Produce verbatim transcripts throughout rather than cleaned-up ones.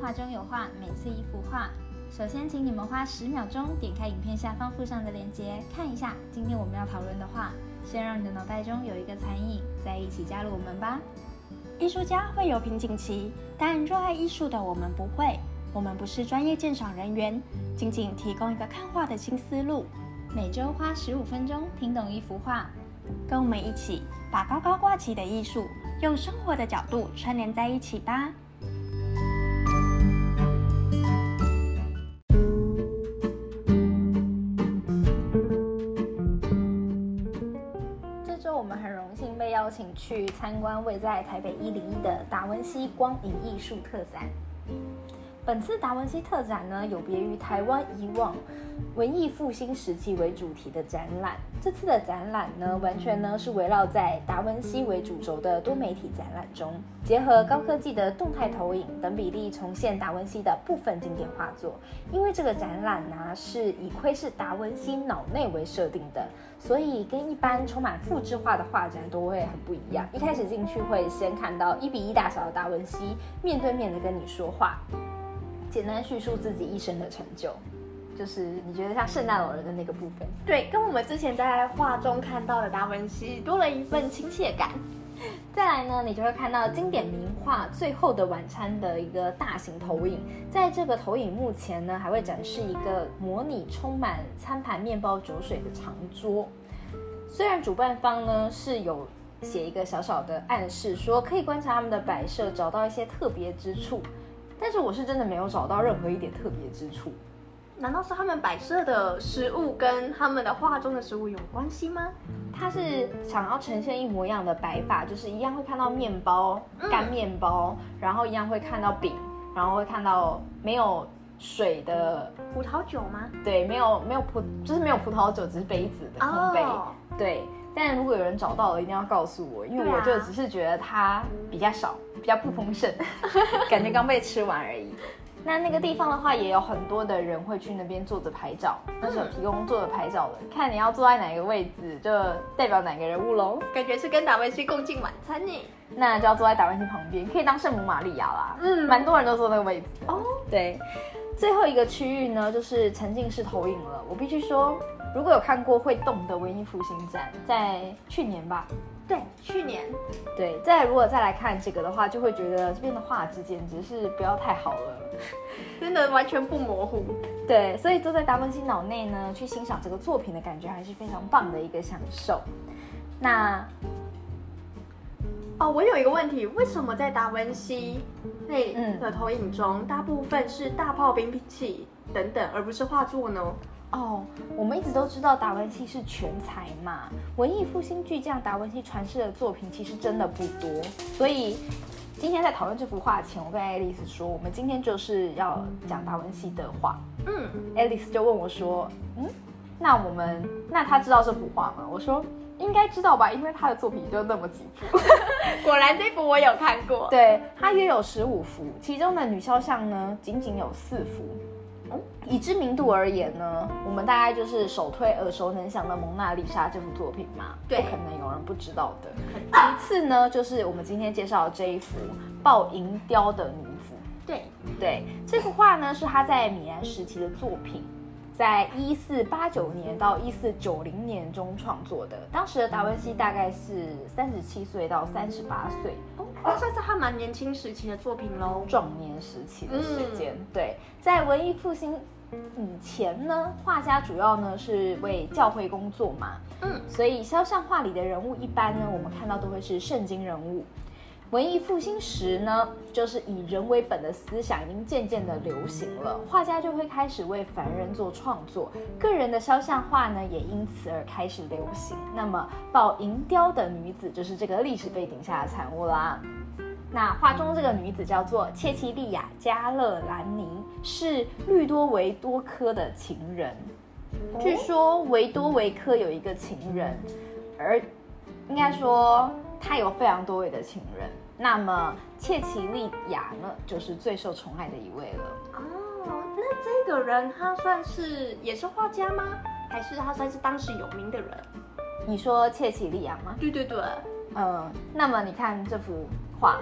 画中有画，每次一幅画。首先，请你们花十秒钟点开影片下方附上的链接，看一下今天我们要讨论的画，先让你的脑袋中有一个残影，再一起加入我们吧。 艺术家会有瓶颈期，但热爱艺术的我们不会。我们不是专业鉴赏人员，仅仅提供一个看画的新思路。 每周花十五分钟听懂一幅画， 跟我们一起把高高挂起的艺术用生活的角度串联在一起吧。 这周我们很荣幸被邀请去参观位在台北一零一的达文西光影艺术特展。本次达文西特展呢，有别于台湾以往文艺复兴时期为主题的展览。这次的展览呢，完全呢是围绕在达文西为主轴的多媒体展览中，结合高科技的动态投影等比例，重现达文西的部分经典画作。因为这个展览呢、啊、是以窥视达文西脑内为设定的，所以跟一般充满复制化的画展都会很不一样。一开始进去会先看到一比一大小的达文西面对面的跟你说话，简单叙述自己一生的成就，就是你觉得像圣诞老人的那个部分。 对，跟我们之前在画中看到的达文西多了一份亲切感。 再来呢，你就会看到经典名画《最后的晚餐》的一个大型投影，在这个投影幕前呢，还会展示一个模拟充满餐盘、面包、酒水的长桌。虽然主办方呢是有写一个小小的暗示，说可以观察他们的摆设，找到一些特别之处。但是我是真的没有找到任何一点特别之处。 难道是他们摆设的食物跟他们的画中的食物有关系吗？ 它是想要呈现一模一样的摆法，就是一样会看到面包、干面包，嗯、然后一样会看到饼，然后会看到没有水的葡萄酒吗？ 对，没有没有葡，就是没有葡萄酒，只是杯子的空杯。哦、对。但如果有人找到了，一定要告诉我，因为我就只是觉得它比较少，比较不丰盛，感觉刚被吃完而已。那那个地方的话，也有很多的人会去那边坐着拍照，那是有提供坐着拍照的，看你要坐在哪个位置，就代表哪个人物喽。 感觉是跟达文西共进晚餐呢， 那就要坐在达文西旁边，可以当圣母玛利亚啦。嗯，蛮多人都坐那个位置的。哦，对。最后一个区域呢，就是沉浸式投影了。我必须说，如果有看过会动的文艺复兴展，在去年吧， 对，去年， 对，再如果再来看这个的话，就会觉得这边的画质简直是不要太好了， 真的完全不模糊。 对，所以坐在达文西脑内呢，去欣赏这个作品的感觉还是非常棒的一个享受。那。 哦，我有一个问题，为什么在达文西那的投影中，嗯、大部分是大炮、兵器等等，而不是画作呢？ 哦，我们一直都知道达文西是全才嘛，文艺复兴巨匠达文西传世的作品其实真的不多，所以今天在讨论这幅画前，我跟爱丽丝说，我们今天就是要讲达文西的画。嗯，爱丽丝就问我说，嗯，那我们那他知道这幅画吗？我说。应该知道吧，因为他的作品就那么几幅。 果然这幅我有看过。 对，他约有十五幅，其中的女肖像呢，仅仅有四幅。嗯、以知名度而言呢，我们大概就是首推耳熟能详的《蒙娜丽莎》这幅作品嘛， 对， 不可能有人不知道的。其次呢，就是我们今天介绍的这一幅抱银雕的女子。 对对，这幅画呢是他在米兰时期的作品。在一四八九年到一四九零年中创作的，当时的达文西大概是三十七岁到三十八岁， 哦，那算是他蛮年轻时期的作品喽， 壮年时期的时间。嗯、对，在文艺复兴以前呢，画家主要呢是为教会工作嘛，嗯，所以肖像画里的人物一般呢，我们看到都会是圣经人物。文艺复兴时呢，就是以人为本的思想已经渐渐的流行了，画家就会开始为凡人做创作，个人的肖像画呢也因此而开始流行。那么抱银雕的女子就是这个历史背景下的产物啦。那画中这个女子叫做切奇利亚·加勒兰尼，是律多维多科的情人。据说维多维科有一个情人，而应该说他有非常多位的情人。那么切奇利亚呢，就是最受宠爱的一位了。 哦，那这个人他算是也是画家吗？还是他算是当时有名的人？ 你说切奇利亚吗？ 对对对。 嗯，那么你看这幅画，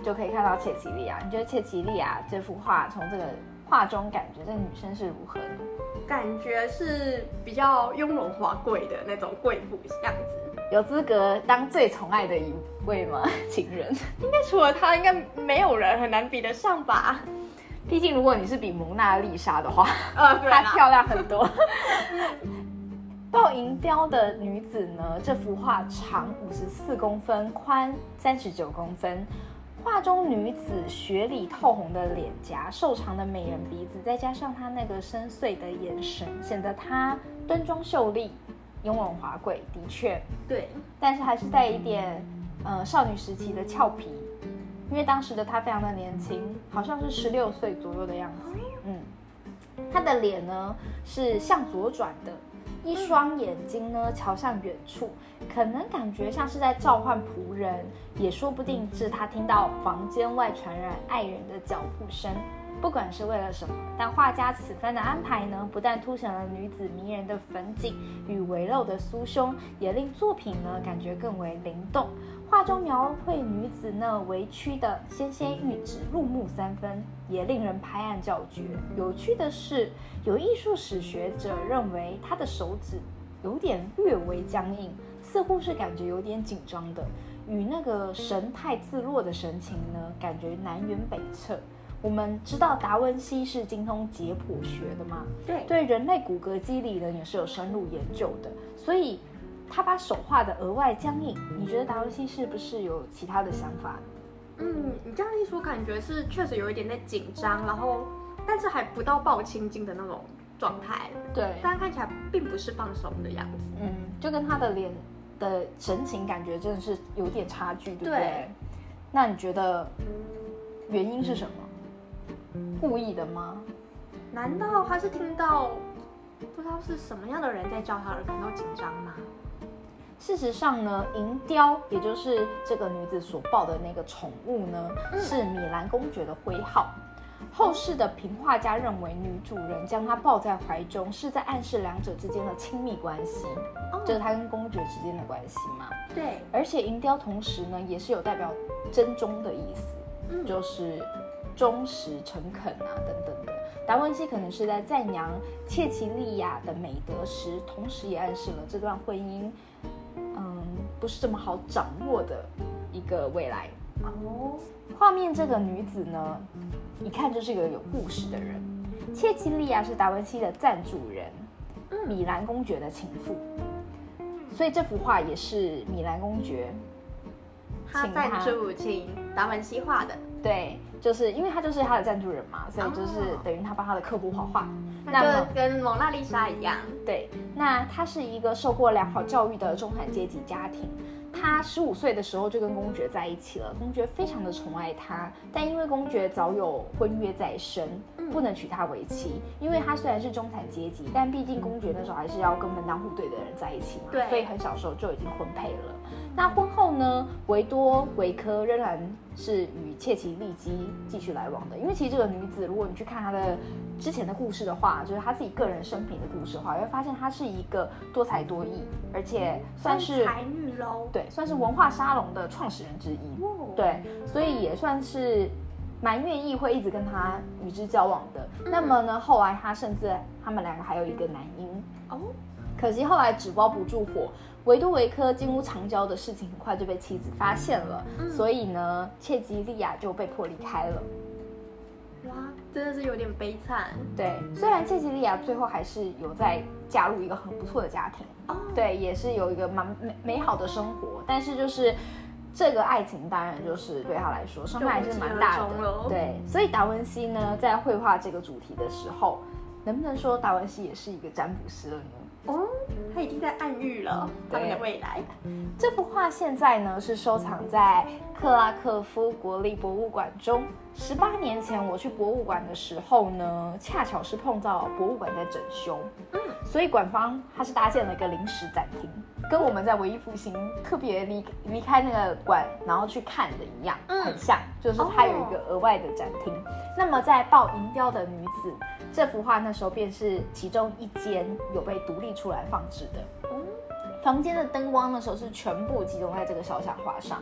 就可以看到切奇利亚。你觉得切奇利亚这幅画从这个画中感觉这个女生是如何呢？ 感觉是比较雍容华贵的那种贵妇样子， 有资格当最宠爱的一位吗？情人？ 应该除了她，应该没有人很难比得上吧。 毕竟如果你是比蒙娜丽莎的话， 呃， 她漂亮很多。抱银雕的女子呢，这幅画长五十四公分，宽三十九公分。画中女子雪里透红的脸颊，瘦长的美人鼻子，再加上她那个深邃的眼神，显得她端庄秀丽、雍容华贵。的确， 对， 但是还是带一点呃少女时期的俏皮，因为当时的她非常的年轻，好像是十六岁左右的样子。嗯，她的脸呢是向左转的。一双眼睛呢瞧向远处，可能感觉像是在召唤仆人，也说不定是他听到房间外传来爱人的脚步声。不管是为了什么，但画家此番的安排呢，不但凸显了女子迷人的粉颈与微露的酥胸，也令作品呢感觉更为灵动。画中描绘女子那微曲的纤纤玉指，入木三分，也令人拍案叫绝。有趣的是，有艺术史学者认为她的手指有点略微僵硬，似乎是感觉有点紧张的，与那个神态自若的神情呢，感觉南辕北辙。我们知道达文西是精通解剖学的嘛， 对， 对人类骨骼肌理呢也是有深入研究的，所以他把手画的额外僵硬，你觉得达文西是不是有其他的想法？ 嗯，你这样一说，感觉是确实有一点在紧张，然后但是还不到爆青筋的那种状态， 对， 但看起来并不是放松的样子， 嗯，就跟他的脸的神情感觉真的是有点差距，对不对？对，那你觉得原因是什么？故意的吗？ 难道他是听到不知道是什么样的人在叫他而感到紧张吗？ 事实上呢，银雕也就是这个女子所抱的那个宠物呢，嗯、是米兰公爵的徽号。后世的评画家认为，女主人将她抱在怀中，是在暗示两者之间的亲密关系，哦、就是她跟公爵之间的关系嘛。 对， 而且银雕同时呢，也是有代表真忠的意思，嗯、就是忠实、诚恳啊等等的。达文西可能是在赞扬切奇利亚的美德时，同时也暗示了这段婚姻，嗯，不是这么好掌握的一个未来。哦，画面这个女子呢，一看就是一个有故事的人。切奇利亚是达文西的赞助人，米兰公爵的情妇，所以这幅画也是米兰公爵他赞助请达文西画的。 对，就是因为他就是他的赞助人嘛，所以就是等于他帮他的客户画画。 那就跟蒙娜丽莎一样。 对，那他是一个受过良好教育的中产阶级家庭。他十五岁的时候就跟公爵在一起了，公爵非常的宠爱他，但因为公爵早有婚约在身，不能娶她为妻。因为他虽然是中产阶级，但毕竟公爵那时候还是要跟门当户对的人在一起嘛， 对， 所以很小时候就已经婚配了。那婚后呢，维多维科仍然是与切奇利基继续来往的。因为其实这个女子，如果你去看她的之前的故事的话，就是她自己个人生平的故事的话，你会发现她是一个多才多艺，而且算是才女喽。 对，算是文化沙龙的创始人之一。哦、对，所以也算是蛮愿意会一直跟他与之交往的。嗯、那么呢，后来他甚至他们两个还有一个男婴哦。可惜后来纸包不住火，维多维科金屋藏娇的事情很快就被妻子发现了，嗯、所以呢，切吉利亚就被迫离开了。 哇，真的是有点悲惨。 对，虽然切吉利亚最后还是有在嫁入一个很不错的家庭，哦、对，也是有一个蛮美美好的生活，但是就是这个爱情当然就是对他来说伤害还是蛮大的。对，所以达文西呢在绘画这个主题的时候，能不能说达文西也是一个占卜师了呢？ 哦，他已经在暗喻了他们的未来。 这幅画现在呢是收藏在克拉克夫国立博物馆中。十八年前我去博物馆的时候呢，恰巧是碰到博物馆在整修，嗯，所以馆方它是搭建了一个临时展厅，跟我们在文艺复兴特别离离开那个馆然后去看的一样，嗯、很像，就是它有一个额外的展厅。哦、那么在抱银雕的女子这幅画那时候便是其中一间有被独立出来放置的。嗯、房间的灯光那时候是全部集中在这个肖像画上。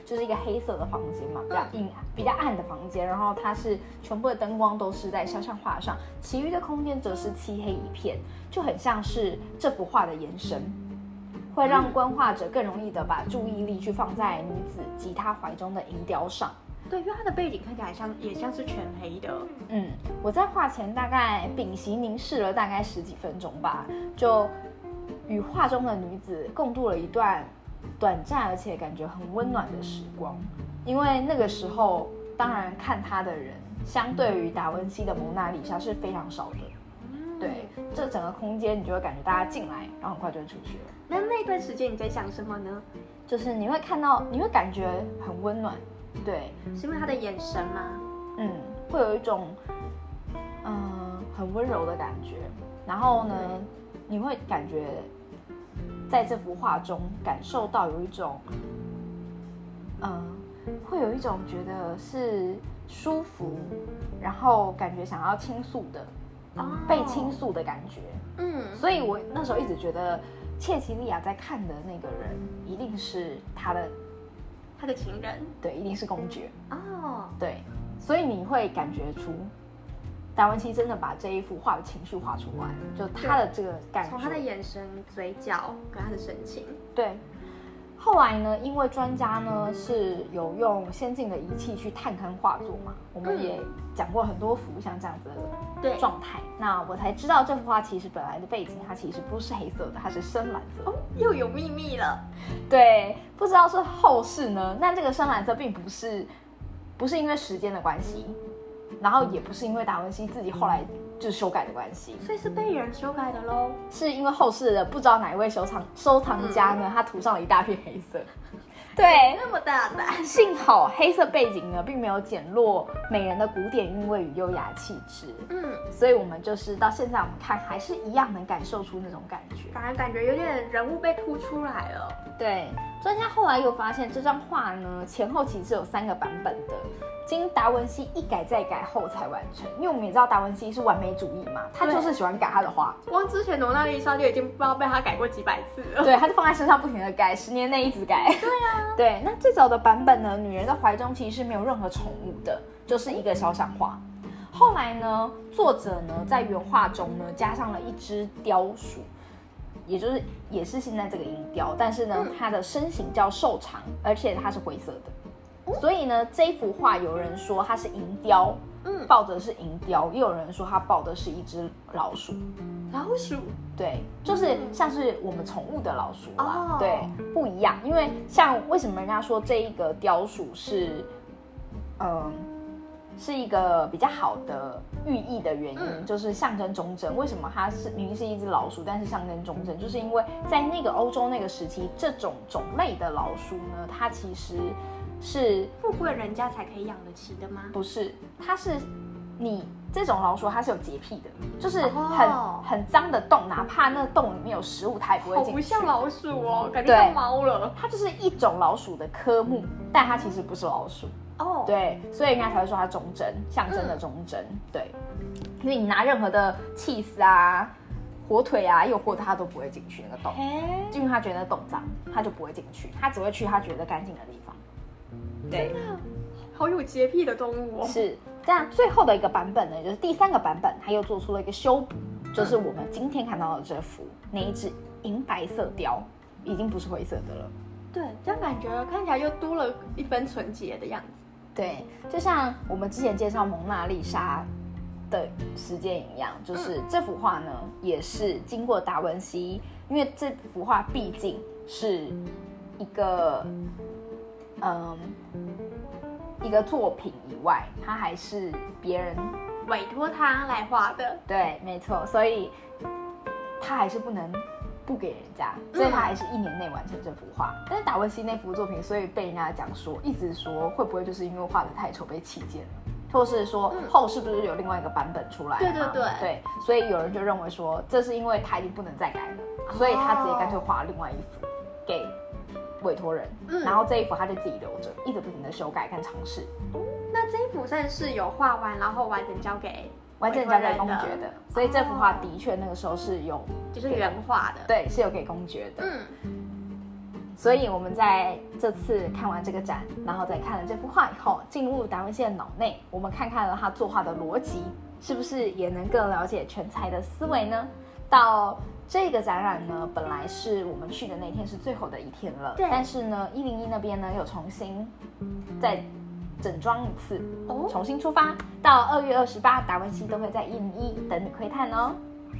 就是一个黑色的房间嘛，比较阴、比较暗的房间，然后它是全部的灯光都是在肖像画上，其余的空间则是漆黑一片，就很像是这幅画的延伸，会让观画者更容易的把注意力去放在女子及她怀中的银雕上。 对，因为它的背景看起来像也像是全黑的。 嗯，我在画前大概屏息凝视了大概十几分钟吧，就与画中的女子共度了一段短暂而且感觉很温暖的时光。因为那个时候，当然看她的人，相对于达文西的蒙娜丽莎是非常少的。对，这整个空间你就会感觉大家进来，然后很快就会出去了。 那那段时间你在想什么呢？ 就是你会看到，你会感觉很温暖。对， 是因为他的眼神吗？ 嗯，会有一种嗯、呃、很温柔的感觉。然后呢，你会感觉在这幅画中感受到有一种嗯、呃，会有一种觉得是舒服，然后感觉想要倾诉的，哦、被倾诉的感觉。嗯，所以我那时候一直觉得切奇利亚在看的那个人一定是他的。 他的情人， 对，一定是公爵哦， 对，所以你会感觉出达文西真的把这一幅画的情绪画出来，就他的这个感觉， 从他的眼神、嘴角跟他的神情。 对，后来呢，因为专家呢是有用先进的仪器去探勘画作嘛，我们也讲过很多幅像这样子的状态，那我才知道这幅画其实本来的背景它其实不是黑色的，它是深蓝色。 哦，又有秘密了。 对，不知道是后世呢，但这个深蓝色并不是不是因为时间的关系，然后也不是因为达文西自己后来就是修改的关系， 所以是被人修改的咯。 是因为后世的不知道哪一位收藏收藏家呢，他涂上了一大片黑色。对， 那么大胆。 幸好黑色背景呢，并没有减弱美人的古典韵味与优雅气质。嗯，所以我们就是到现在我们看还是一样能感受出那种感觉， 反而感觉有点人物被突出来了。 对，专家后来又发现这张画呢，前后其实有三个版本的，经达文西一改再改后才完成。因为我们也知道达文西是完美主义嘛，他就是喜欢改他的画。 光之前蒙娜丽莎就已经不知道被他改过几百次了。 对，他就放在身上不停的改，十年内一直改。 对啊。 对，那最早的版本呢，女人的怀中其实是没有任何宠物的，就是一个肖像画。后来呢，作者呢在原画中呢加上了一只雕鼠，也就是也是现在这个银雕，但是呢、嗯、它的身形较瘦长，而且它是灰色的，所以呢这一幅画有人说它是银雕，嗯，抱着是银雕，也有人说它抱的是一只老鼠。 老鼠， 对，就是像是我们宠物的老鼠啦， 哦、 对，不一样。因为像为什么人家说这一个雕鼠是，嗯，是一个比较好的寓意的原因，嗯、就是象征忠贞。为什么它是明明是一只老鼠，但是象征忠贞？就是因为在那个欧洲那个时期，这种种类的老鼠呢，它其实是富贵人家才可以养得起的吗？ 不是，它是你。这种老鼠它是有洁癖的，就是很、哦、很脏的洞，哪怕那洞里面有食物，它也不会进去。 好不像老鼠哦，感觉像猫了。 它就是一种老鼠的科目，但它其实不是老鼠哦。对，所以人家才会说它忠贞，象征的忠贞。嗯、对，因为你拿任何的气死啊、火腿啊、诱惑它都不会进去那个洞，因为它觉得那洞脏，它就不会进去，它只会去它觉得干净的地方。对， 真的好有洁癖的动物哦。 是。这样最后的一个版本呢，就是第三个版本，它又做出了一个修补，就是我们今天看到的这幅那一只银白色雕，已经不是灰色的了。 对，这样感觉看起来又多了一分纯洁的样子。 对，就像我们之前介绍蒙娜丽莎的时间一样，就是这幅画呢，也是经过达文西，因为这幅画毕竟是一个，嗯。一个作品以外，它还是别人委托他来画的。 对，没错，所以他还是不能不给人家，所以他还是一年内完成这幅画。嗯、但是达文西那幅作品，所以被人家讲说，一直说会不会就是因为画得太丑被弃剑了，或是说后是不是有另外一个版本出来？ 对对对对，所以有人就认为说，这是因为他已经不能再改了，所以他直接干脆画另外一幅给委托人，嗯、然后这一幅他就自己留着，一直不停的修改跟尝试。 那这一幅算是有画完，然后完整交给完整交给公爵的，所以这幅画的确那个时候是有就是原画的， 对，是有给公爵的。嗯， 所以我们在这次看完这个展，然后再看了这幅画以后，进入达文西的脑内，我们看看了他作画的逻辑，是不是也能更了解全才的思维呢？到这个展览呢，本来是我们去的那天是最后的一天了， 对。 但是呢，一零一那边呢又重新再整装一次，哦，重新出发。到二月二十八，达文西都会在一零一等你窥探哦。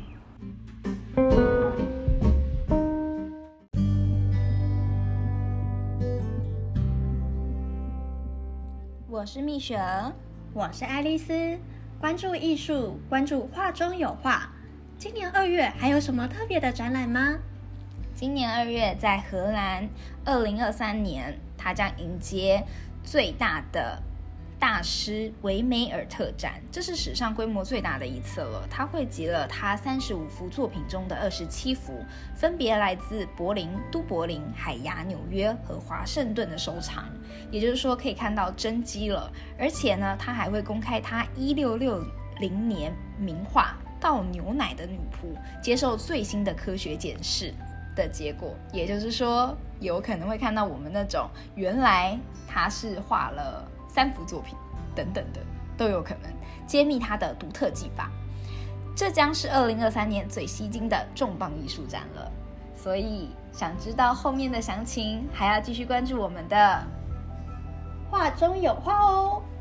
我是蜜雪儿，我是爱丽丝。关注艺术，关注画中有画。今年二月还有什么特别的展览吗？ 今年二月在荷兰，二零二三年它将迎接最大的大师维梅尔特展，这是史上规模最大的一次了。它汇集了他三十五幅作品中的二十七幅，分别来自柏林、都柏林、海牙、纽约和华盛顿的收藏。也就是说，可以看到真迹了。而且呢，他还会公开他一六六零年名画《倒牛奶的女仆》接受最新的科学检视的结果。也就是说，有可能会看到我们那种原来他是画了三幅作品等等的都有可能，揭秘他的独特技法。这将是二零二三年最吸睛的重磅艺术展了。所以想知道后面的详情，还要继续关注我们的画中有画哦。